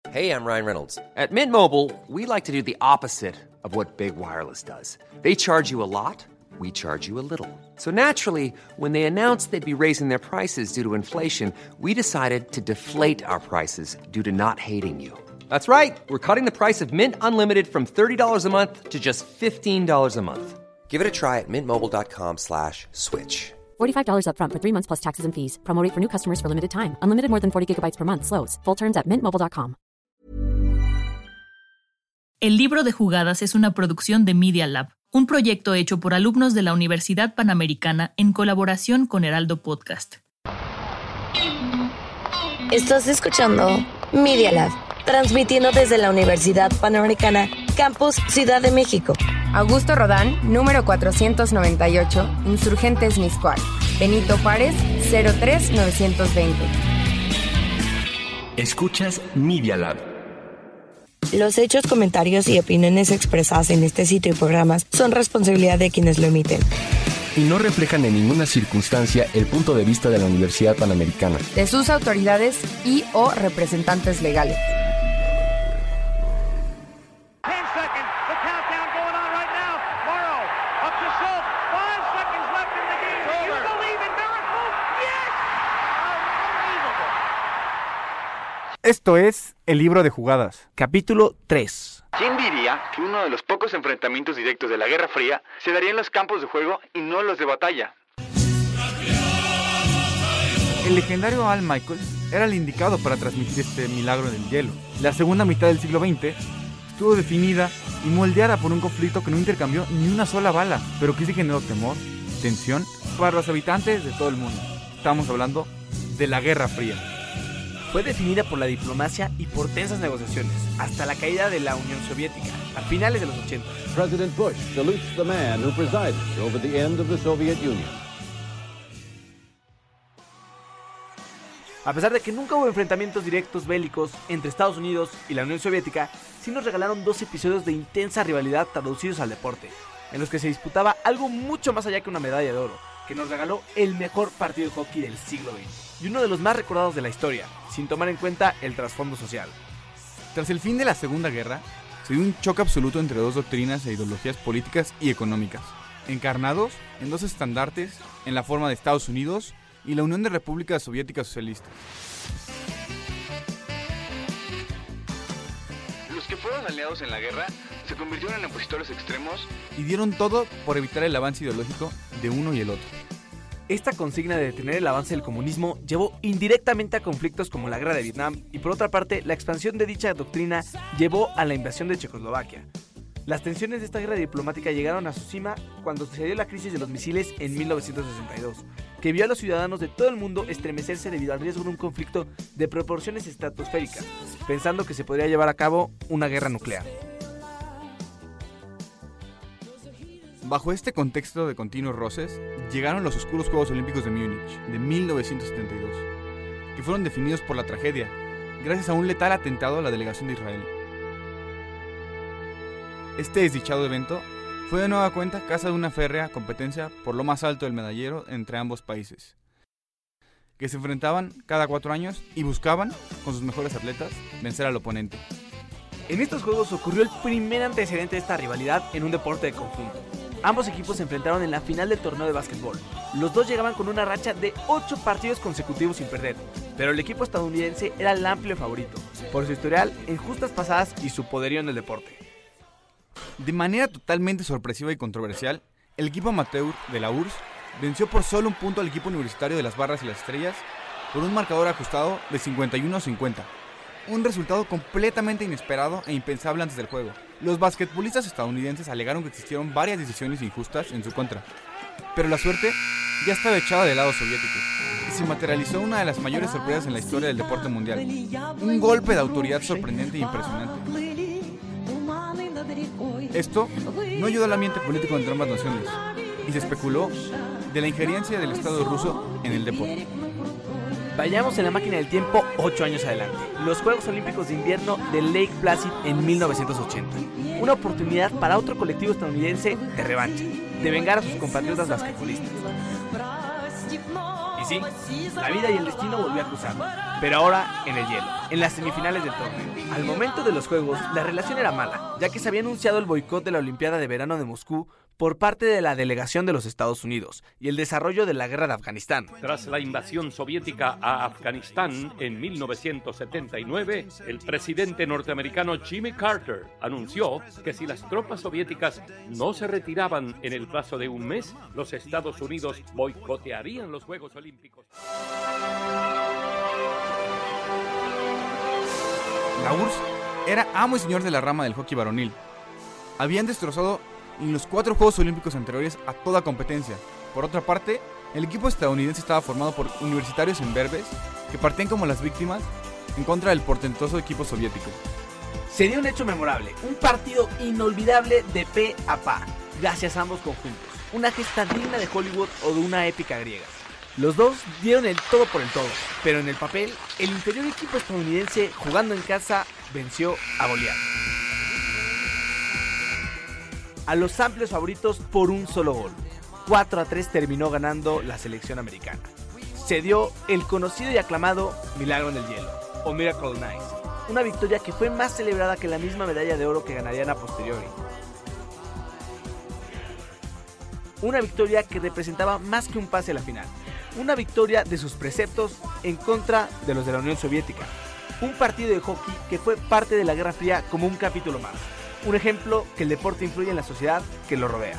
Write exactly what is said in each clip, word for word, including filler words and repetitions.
Hey, I'm Ryan Reynolds. At Mint Mobile, we like to do the opposite of what Big Wireless does. They charge you a lot, we charge you a little. So naturally, when they announced they'd be raising their prices due to inflation, we decided to deflate our prices due to not hating you. That's right. We're cutting the price of Mint Unlimited from thirty dollars a month to just fifteen dollars a month. Give it a try at mintmobile.com slash switch. forty-five dollars up front for three months plus taxes and fees. Promo rate for new customers for limited time. Unlimited more than forty gigabytes per month. Slows full terms at mint mobile dot com. El libro de jugadas es una producción de Media Lab, un proyecto hecho por alumnos de la Universidad Panamericana en colaboración con Heraldo Podcast. Estás escuchando Media Lab, transmitiendo desde la Universidad Panamericana, Campus Ciudad de México. Augusto Rodán, número cuatrocientos noventa y ocho, Insurgentes Mixcoac. Benito Juárez, cero tres novecientos veinte. Escuchas Media Lab. Los hechos, comentarios y opiniones expresadas en este sitio y programas son responsabilidad de quienes lo emiten. Y no reflejan en ninguna circunstancia el punto de vista de la Universidad Panamericana, de sus autoridades y o representantes legales. Esto es El Libro de Jugadas, capítulo tres. ¿Quién diría que uno de los pocos enfrentamientos directos de la Guerra Fría se daría en los campos de juego y no los de batalla? El legendario Al Michaels era el indicado para transmitir este milagro del hielo. La segunda mitad del siglo veinte estuvo definida y moldeada por un conflicto que no intercambió ni una sola bala, pero que sí generó temor, tensión para los habitantes de todo el mundo. Estamos hablando de la Guerra Fría. Fue definida por la diplomacia y por tensas negociaciones, hasta la caída de la Unión Soviética, a finales de los ochenta. President Bush salutes the man who presided over the end of the Soviet Union. A pesar de que nunca hubo enfrentamientos directos bélicos entre Estados Unidos y la Unión Soviética, sí nos regalaron dos episodios de intensa rivalidad traducidos al deporte, en los que se disputaba algo mucho más allá que una medalla de oro, que nos regaló el mejor partido de hockey del siglo veinte, y uno de los más recordados de la historia, sin tomar en cuenta el trasfondo social. Tras el fin de la Segunda Guerra, se dio un choque absoluto entre dos doctrinas e ideologías políticas y económicas, encarnados en dos estandartes en la forma de Estados Unidos y la Unión de Repúblicas Soviéticas Socialistas. Los que fueron aliados en la guerra se convirtieron en opositores extremos y dieron todo por evitar el avance ideológico de uno y el otro. Esta consigna de detener el avance del comunismo llevó indirectamente a conflictos como la guerra de Vietnam y, por otra parte, la expansión de dicha doctrina llevó a la invasión de Checoslovaquia. Las tensiones de esta guerra diplomática llegaron a su cima cuando sucedió la crisis de los misiles en mil novecientos sesenta y dos, que vio a los ciudadanos de todo el mundo estremecerse debido al riesgo de un conflicto de proporciones estratosféricas, pensando que se podría llevar a cabo una guerra nuclear. Bajo este contexto de continuos roces, llegaron los oscuros Juegos Olímpicos de Múnich de mil novecientos setenta y dos, que fueron definidos por la tragedia, gracias a un letal atentado a la delegación de Israel. Este desdichado evento fue de nueva cuenta causa de una férrea competencia por lo más alto del medallero entre ambos países, que se enfrentaban cada cuatro años y buscaban, con sus mejores atletas, vencer al oponente. En estos juegos ocurrió el primer antecedente de esta rivalidad en un deporte de conjunto. Ambos equipos se enfrentaron en la final del torneo de básquetbol. Los dos llegaban con una racha de ocho partidos consecutivos sin perder, pero el equipo estadounidense era el amplio favorito, por su historial en justas pasadas y su poderío en el deporte. De manera totalmente sorpresiva y controversial, el equipo amateur de la U R S S venció por solo un punto al equipo universitario de las Barras y las Estrellas por un marcador ajustado de cincuenta y uno a cincuenta. Un resultado completamente inesperado e impensable antes del juego. Los basquetbolistas estadounidenses alegaron que existieron varias decisiones injustas en su contra, pero la suerte ya estaba echada del lado soviético y se materializó una de las mayores sorpresas en la historia del deporte mundial. Un golpe de autoridad sorprendente e impresionante. Esto no ayudó al ambiente político entre ambas naciones y se especuló de la injerencia del Estado ruso en el deporte. Vayamos en la máquina del tiempo ocho años adelante. Los Juegos Olímpicos de Invierno de Lake Placid en mil novecientos ochenta. Una oportunidad para otro colectivo estadounidense de revancha, de vengar a sus compatriotas basquetbolistas. Y sí, la vida y el destino volvió a cruzar, pero ahora en el hielo, en las semifinales del torneo. Al momento de los juegos, la relación era mala, ya que se había anunciado el boicot de la Olimpiada de Verano de Moscú por parte de la delegación de los Estados Unidos y el desarrollo de la guerra de Afganistán. Tras la invasión soviética a Afganistán en mil novecientos setenta y nueve, el presidente norteamericano Jimmy Carter anunció que si las tropas soviéticas no se retiraban en el plazo de un mes, los Estados Unidos boicotearían los Juegos Olímpicos. La U R S S era amo y señor de la rama del hockey varonil. Habían destrozado en los cuatro Juegos Olímpicos anteriores a toda competencia. Por otra parte, el equipo estadounidense estaba formado por universitarios imberbes que partían como las víctimas en contra del portentoso equipo soviético. Se dio un hecho memorable, un partido inolvidable de pe a pa, gracias a ambos conjuntos, una gesta digna de Hollywood o de una épica griega. Los dos dieron el todo por el todo, pero en el papel, el inferior equipo estadounidense, jugando en casa, venció a Goliat. A los amplios favoritos por un solo gol. cuatro a tres terminó ganando la selección americana. Se dio el conocido y aclamado Milagro en el Hielo, o Miracle on Ice, una victoria que fue más celebrada que la misma medalla de oro que ganarían a posteriori. Una victoria que representaba más que un pase a la final, una victoria de sus preceptos en contra de los de la Unión Soviética, un partido de hockey que fue parte de la Guerra Fría como un capítulo más. Un ejemplo que el deporte influye en la sociedad que lo rodea.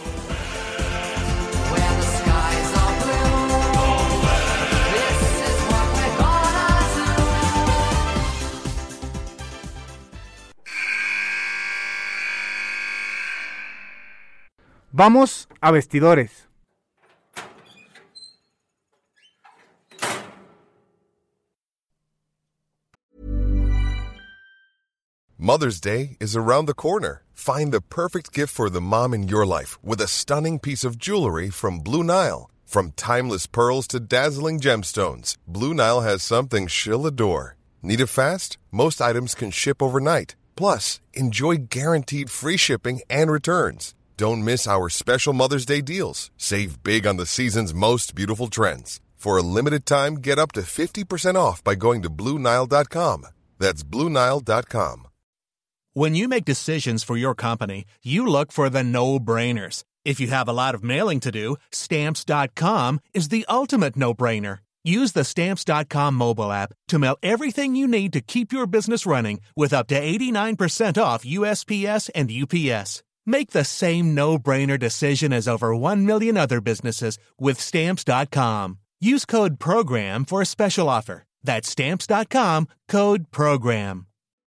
Vamos a vestidores. Mother's Day is around the corner. Find the perfect gift for the mom in your life with a stunning piece of jewelry from Blue Nile. From timeless pearls to dazzling gemstones, Blue Nile has something she'll adore. Need it fast? Most items can ship overnight. Plus, enjoy guaranteed free shipping and returns. Don't miss our special Mother's Day deals. Save big on the season's most beautiful trends. For a limited time, get up to fifty percent off by going to Blue Nile dot com. That's Blue Nile dot com. When you make decisions for your company, you look for the no-brainers. If you have a lot of mailing to do, Stamps dot com is the ultimate no-brainer. Use the Stamps dot com mobile app to mail everything you need to keep your business running with up to eighty-nine percent off U S P S and U P S. Make the same no-brainer decision as over one million other businesses with Stamps dot com. Use code PROGRAM for a special offer. That's Stamps dot com, code PROGRAM.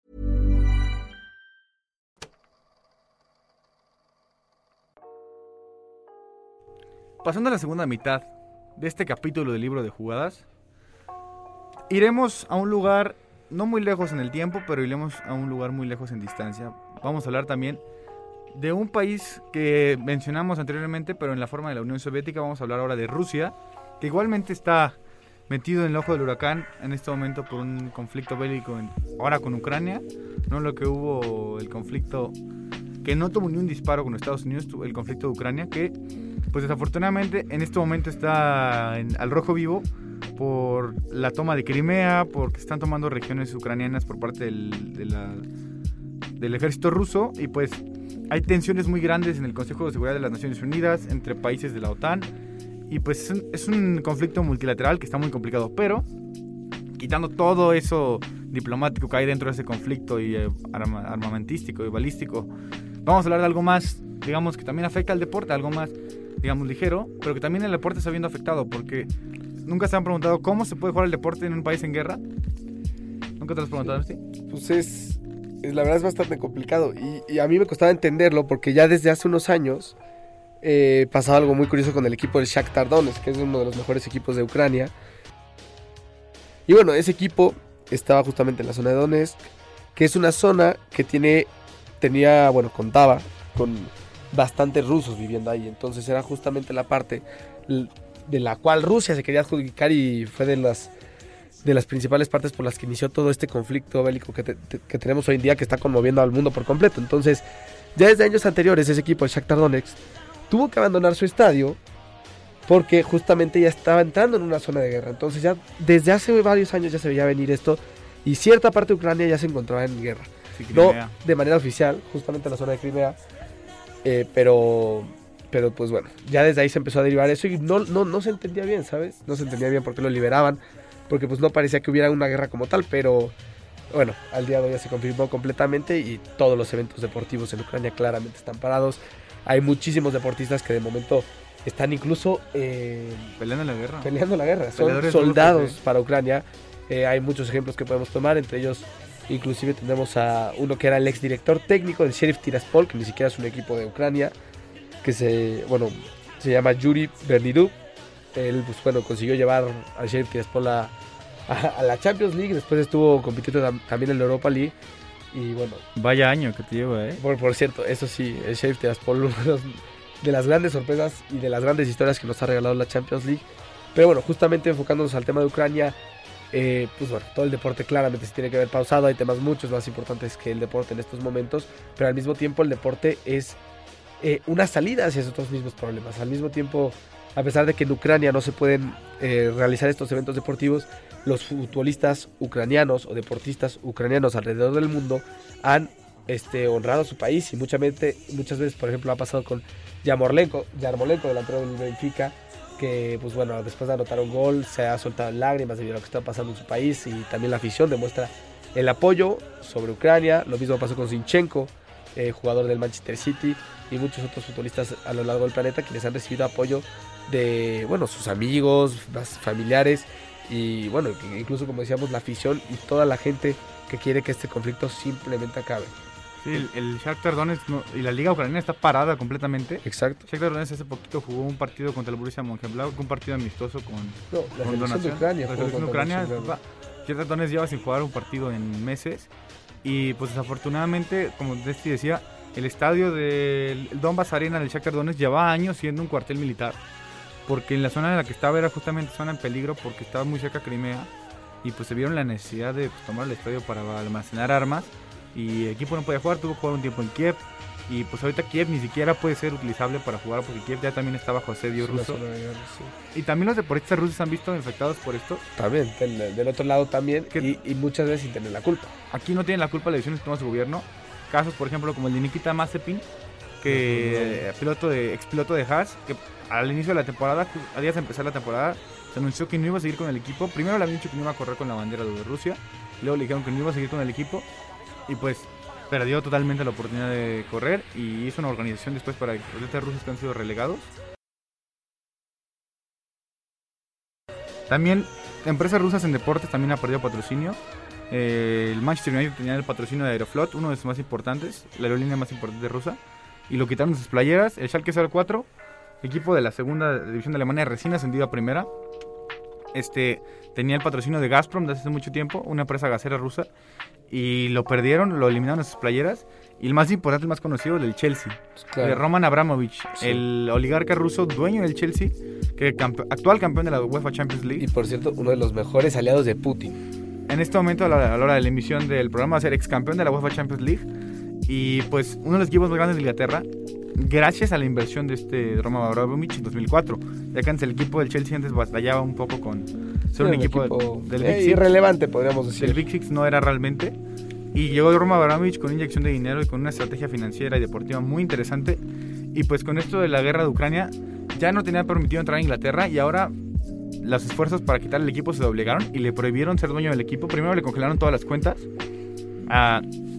Pasando a la segunda mitad de este capítulo del libro de jugadas, iremos a un lugar no muy lejos en el tiempo, pero iremos a un lugar muy lejos en distancia. Vamos a hablar también de un país que mencionamos anteriormente, pero en la forma de la Unión Soviética. Vamos a hablar ahora de Rusia, que igualmente está metido en el ojo del huracán en este momento por un conflicto bélico en, ahora con Ucrania, no lo que hubo el conflicto que no tuvo ni un disparo con Estados Unidos, el conflicto de Ucrania, que pues desafortunadamente en este momento está en, al rojo vivo por la toma de Crimea, porque están tomando regiones ucranianas por parte del, de la, del ejército ruso, y pues hay tensiones muy grandes en el Consejo de Seguridad de las Naciones Unidas entre países de la OTAN, y pues es un, es un conflicto multilateral que está muy complicado, pero quitando todo eso diplomático que hay dentro de ese conflicto y eh, arma, armamentístico y balístico, vamos a hablar de algo más, digamos, que también afecta al deporte, algo más, digamos, ligero, pero que también el deporte está viendo afectado, porque nunca se han preguntado cómo se puede jugar el deporte en un país en guerra. ¿Nunca te lo has preguntado, sí? Pues es, es, la verdad es bastante complicado, y, y a mí me costaba entenderlo, porque ya desde hace unos años eh, pasaba algo muy curioso con el equipo del Shakhtar Donetsk, que es uno de los mejores equipos de Ucrania. Y bueno, ese equipo estaba justamente en la zona de Donetsk, que es una zona que tiene, tenía, bueno, contaba con bastantes rusos viviendo ahí. Entonces era justamente la parte de la cual Rusia se quería adjudicar, y fue de las, de las principales partes por las que inició todo este conflicto bélico que, te, que tenemos hoy en día, que está conmoviendo al mundo por completo. Entonces, ya desde años anteriores, ese equipo, el Shakhtar Donetsk, tuvo que abandonar su estadio porque justamente ya estaba entrando en una zona de guerra. Entonces ya desde hace varios años ya se veía venir esto, y cierta parte de Ucrania ya se encontraba en guerra. Sí, no de manera oficial, justamente en la zona de Crimea, eh, pero, pero pues bueno, ya desde ahí se empezó a derivar eso y no, no, no se entendía bien, ¿sabes? No se entendía bien por qué lo liberaban, porque pues no parecía que hubiera una guerra como tal, pero bueno, al día de hoy ya se confirmó completamente y todos los eventos deportivos en Ucrania claramente están parados. Hay muchísimos deportistas que de momento están incluso eh, peleando la guerra. Peleando la guerra, son soldados para Ucrania. Eh, hay muchos ejemplos que podemos tomar, entre ellos inclusive tenemos a uno que era el exdirector técnico del Sheriff Tiraspol, que ni siquiera es un equipo de Ucrania, que se, bueno, se llama Yuri Berdiduk. Él pues, bueno, consiguió llevar al Sheriff Tiraspol a, a, a la Champions League, después estuvo compitiendo tam- también en la Europa League. Y bueno, vaya año que te lleva, ¿eh? Por, por cierto, eso sí, el Sheriff Tiraspol, uno de, los, de las grandes sorpresas y de las grandes historias que nos ha regalado la Champions League. Pero bueno, justamente enfocándonos al tema de Ucrania, eh, pues bueno, todo el deporte claramente se tiene que ver pausado. Hay temas muchos más importantes que el deporte en estos momentos, pero al mismo tiempo el deporte es eh, una salida hacia esos mismos problemas. Al mismo tiempo, a pesar de que en Ucrania no se pueden eh, realizar estos eventos deportivos, los futbolistas ucranianos o deportistas ucranianos alrededor del mundo han este, honrado a su país y muchas veces, muchas veces, por ejemplo, ha pasado con Yarmolenko, Yarmolenko, delantero del Benfica, que pues bueno, después de anotar un gol se ha soltado en lágrimas debido a lo que está pasando en su país, y también la afición demuestra el apoyo sobre Ucrania. Lo mismo pasó con Zinchenko, eh, jugador del Manchester City, y muchos otros futbolistas a lo largo del planeta quienes han recibido apoyo de, bueno, sus amigos, familiares, y bueno, incluso como decíamos, la afición y toda la gente que quiere que este conflicto simplemente acabe. Sí, el, el Shakhtar Donetsk no, y la liga ucraniana está parada completamente. Exacto. Shakhtar Donetsk hace poquito jugó un partido contra el Borussia Mönchengladbach, un partido amistoso con, no, la con selección de Ucrania. La selección de Ucrania. Shakhtar Donetsk lleva sin jugar un partido en meses, y pues desafortunadamente, como Desti decía, el estadio del Donbass Arena del Shakhtar Donetsk lleva años siendo un cuartel militar, porque en la zona en la que estaba era justamente zona en peligro, porque estaba muy cerca Crimea, y pues se vieron la necesidad de pues, tomar el estadio para almacenar armas, y el equipo no podía jugar, tuvo que jugar un tiempo en Kiev, y pues ahorita Kiev ni siquiera puede ser utilizable para jugar, porque Kiev ya también está bajo asedio ruso. Guerra, sí. Y también los deportistas rusos se han visto infectados por esto. También, del, del otro lado también, que, y, y muchas veces sin tener la culpa. Aquí no tienen la culpa las decisiones que toma su gobierno. Casos, por ejemplo, como el de Nikita Mazepin, que no, no, no. piloto de expiloto de Haas, que al inicio de la temporada, a días de empezar la temporada, se anunció que no iba a seguir con el equipo. Primero le habían dicho que no iba a correr con la bandera de Rusia, luego le dijeron que no iba a seguir con el equipo, y pues perdió totalmente la oportunidad de correr, y hizo una organización después para atletas rusos que han sido relegados. También empresas rusas en deportes también han perdido patrocinio. Eh, el Manchester United tenía el patrocinio de Aeroflot, uno de sus más importantes, la aerolínea más importante rusa, y lo quitaron de sus playeras. El Schalke cero cuatro, equipo de la segunda división de Alemania recién ascendido a primera, este tenía el patrocinio de Gazprom desde hace mucho tiempo, una empresa gasera rusa, y lo perdieron, lo eliminaron de sus playeras. Y el más importante, el más conocido, el Chelsea, claro. de Roman Abramovich, sí. el oligarca ruso dueño del Chelsea, que campe- actual campeón de la UEFA Champions League, y por cierto uno de los mejores aliados de Putin. En este momento, a la, a la hora de la emisión del programa, va a ser ex campeón de la UEFA Champions League, y pues uno de los equipos más grandes de Inglaterra, gracias a la inversión de este Roman Abramovich en dos mil cuatro. Ya que antes el equipo del Chelsea antes batallaba un poco con ser sí, un equipo, equipo del Big Six. Irrelevante, podríamos decir. El Big Six no era realmente. Y llegó Roman Abramovich con una inyección de dinero y con una estrategia financiera y deportiva muy interesante. Y pues con esto de la guerra de Ucrania, ya no tenía permitido entrar a Inglaterra, y ahora los esfuerzos para quitar el equipo se doblegaron y le prohibieron ser dueño del equipo. Primero le congelaron todas las cuentas a,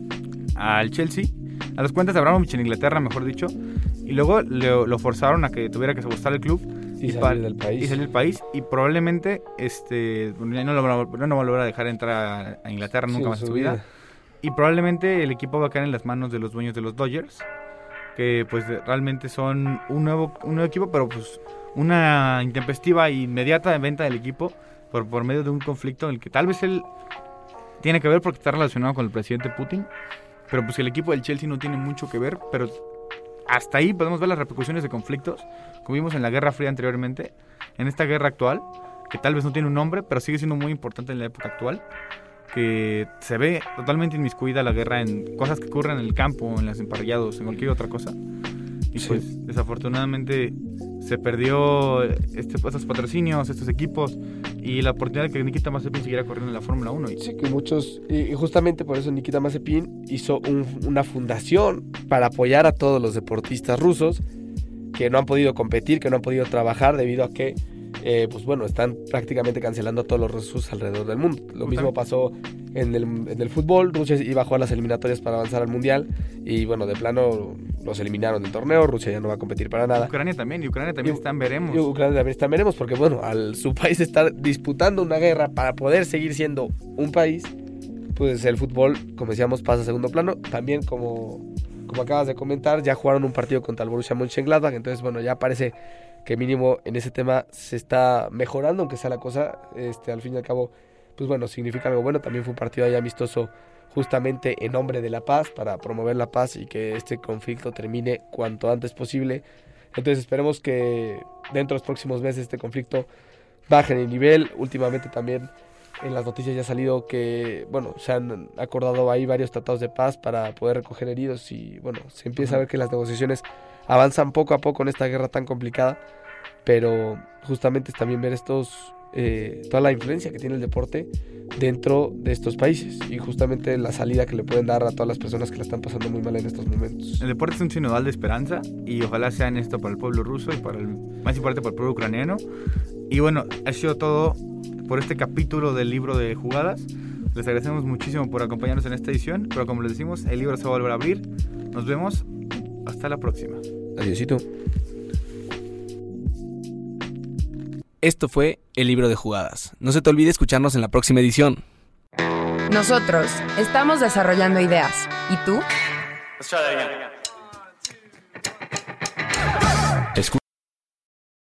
al Chelsea, a las cuentas de Abramovich en Inglaterra, mejor dicho, y luego le, lo forzaron a que tuviera que ajustar el club y, y salir del país. Y salir del país, y probablemente este, no lo van a, no volver a dejar entrar a Inglaterra nunca sí, más en su vida. vida. Y probablemente el equipo va a caer en las manos de los dueños de los Dodgers, que pues realmente son un nuevo, un nuevo equipo, pero pues una intempestiva e inmediata venta del equipo por, por medio de un conflicto en el que tal vez él tiene que ver porque está relacionado con el presidente Putin, pero pues el equipo del Chelsea no tiene mucho que ver. Pero hasta ahí podemos ver las repercusiones de conflictos, como vimos en la Guerra Fría anteriormente, en esta guerra actual, que tal vez no tiene un nombre, pero sigue siendo muy importante en la época actual, que se ve totalmente inmiscuida la guerra en cosas que ocurren en el campo, en los emparrillados, en cualquier otra cosa. Y sí. pues desafortunadamente se perdió este, estos patrocinios, estos equipos y la oportunidad de que Nikita Mazepin siguiera corriendo en la Fórmula uno. Y... Sí, que muchos, y justamente por eso Nikita Mazepin hizo un, una fundación para apoyar a todos los deportistas rusos que no han podido competir, que no han podido trabajar debido a que Eh, pues bueno, están prácticamente cancelando a todos los rusos alrededor del mundo. Lo mismo pasó en el, en el fútbol. Rusia iba a jugar las eliminatorias para avanzar al mundial y bueno, de plano los eliminaron del torneo. Rusia ya no va a competir para nada. Ucrania también, y Ucrania también y, están veremos. Y Ucrania también están veremos porque bueno, al su país estar disputando una guerra para poder seguir siendo un país, pues el fútbol, como decíamos, pasa a segundo plano. También como, como acabas de comentar, ya jugaron un partido contra el Borussia Mönchengladbach, entonces bueno, ya parece que mínimo en ese tema se está mejorando, aunque sea la cosa, este, al fin y al cabo, pues bueno, significa algo bueno. También fue un partido ahí amistoso justamente en nombre de la paz, para promover la paz y que este conflicto termine cuanto antes posible. Entonces esperemos que dentro de los próximos meses este conflicto baje en el nivel. Últimamente también en las noticias ya ha salido que, bueno, se han acordado ahí varios tratados de paz para poder recoger heridos y, bueno, se empieza a ver que las negociaciones avanzan poco a poco en esta guerra tan complicada, pero justamente es también ver estos eh, toda la influencia que tiene el deporte dentro de estos países y justamente la salida que le pueden dar a todas las personas que la están pasando muy mal en estos momentos. El deporte es un sinodal de esperanza y ojalá sea en esto para el pueblo ruso y para el, más importante para el pueblo ucraniano. Y bueno, ha sido todo por este capítulo del libro de jugadas. Les agradecemos muchísimo por acompañarnos en esta edición, pero como les decimos, el libro se va a volver a abrir. Nos vemos. Hasta la próxima. Adiósito. Esto fue El Libro de Jugadas. No se te olvide escucharnos en la próxima edición. Nosotros estamos desarrollando ideas. ¿Y tú? Let's try that again.